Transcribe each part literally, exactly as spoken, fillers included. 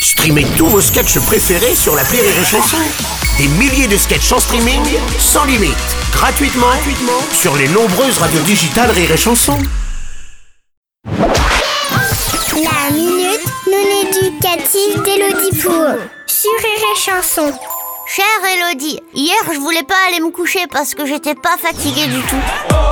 Streamez tous vos sketchs préférés sur l'appli Rire et Chanson. Des milliers de sketchs en streaming, sans limite, gratuitement, gratuitement sur les nombreuses radios digitales Rire et Chanson. La minute non éducative d'Élodie Pour sur Rire et Chanson. Chère Élodie, hier je voulais pas aller me coucher parce que j'étais pas fatiguée du tout.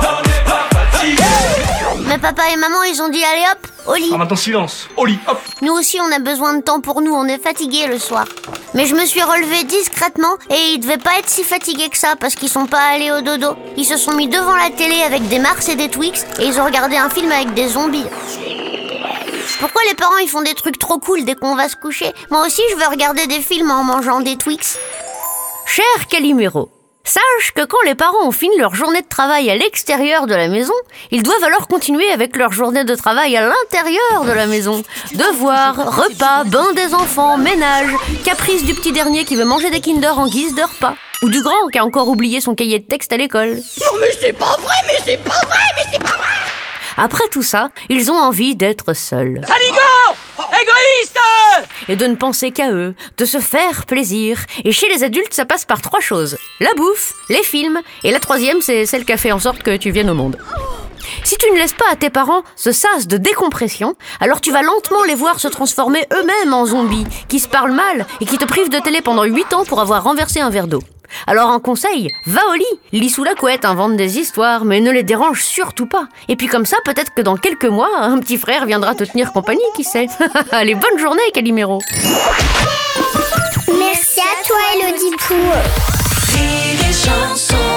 Mais papa et maman ils ont dit allez hop, au lit. Ah maintenant silence, au lit, hop. Nous aussi on a besoin de temps pour nous, on est fatigués le soir. Mais je me suis relevée discrètement et ils devaient pas être si fatigués que ça parce qu'ils sont pas allés au dodo. Ils se sont mis devant la télé avec des Mars et des Twix et ils ont regardé un film avec des zombies. Pourquoi les parents ils font des trucs trop cool dès qu'on va se coucher? Moi aussi je veux regarder des films en mangeant des Twix. Cher Calimero, sache que quand les parents ont fini leur journée de travail à l'extérieur de la maison, ils doivent alors continuer avec leur journée de travail à l'intérieur de la maison. Devoirs, repas, bain des enfants, ménage, caprice du petit dernier qui veut manger des Kinder en guise de repas. Ou du grand qui a encore oublié son cahier de texte à l'école. Non mais c'est pas vrai, mais c'est pas vrai, mais c'est pas vrai. Après tout ça, ils ont envie d'être seuls. Saligo, égoïste, et de ne penser qu'à eux, de se faire plaisir. Et chez les adultes, ça passe par trois choses. La bouffe, les films, et la troisième, c'est celle qui a fait en sorte que tu viennes au monde. Si tu ne laisses pas à tes parents ce sas de décompression, alors tu vas lentement les voir se transformer eux-mêmes en zombies, qui se parlent mal et qui te privent de télé pendant huit ans pour avoir renversé un verre d'eau. Alors un conseil, va au lit, lis sous la couette, invente des histoires, mais ne les dérange surtout pas. Et puis comme ça, peut-être que dans quelques mois, un petit frère viendra te tenir compagnie, qui sait. Allez, bonne journée, Calimero. Merci à toi, Élodie Pour. Rire et Chanson.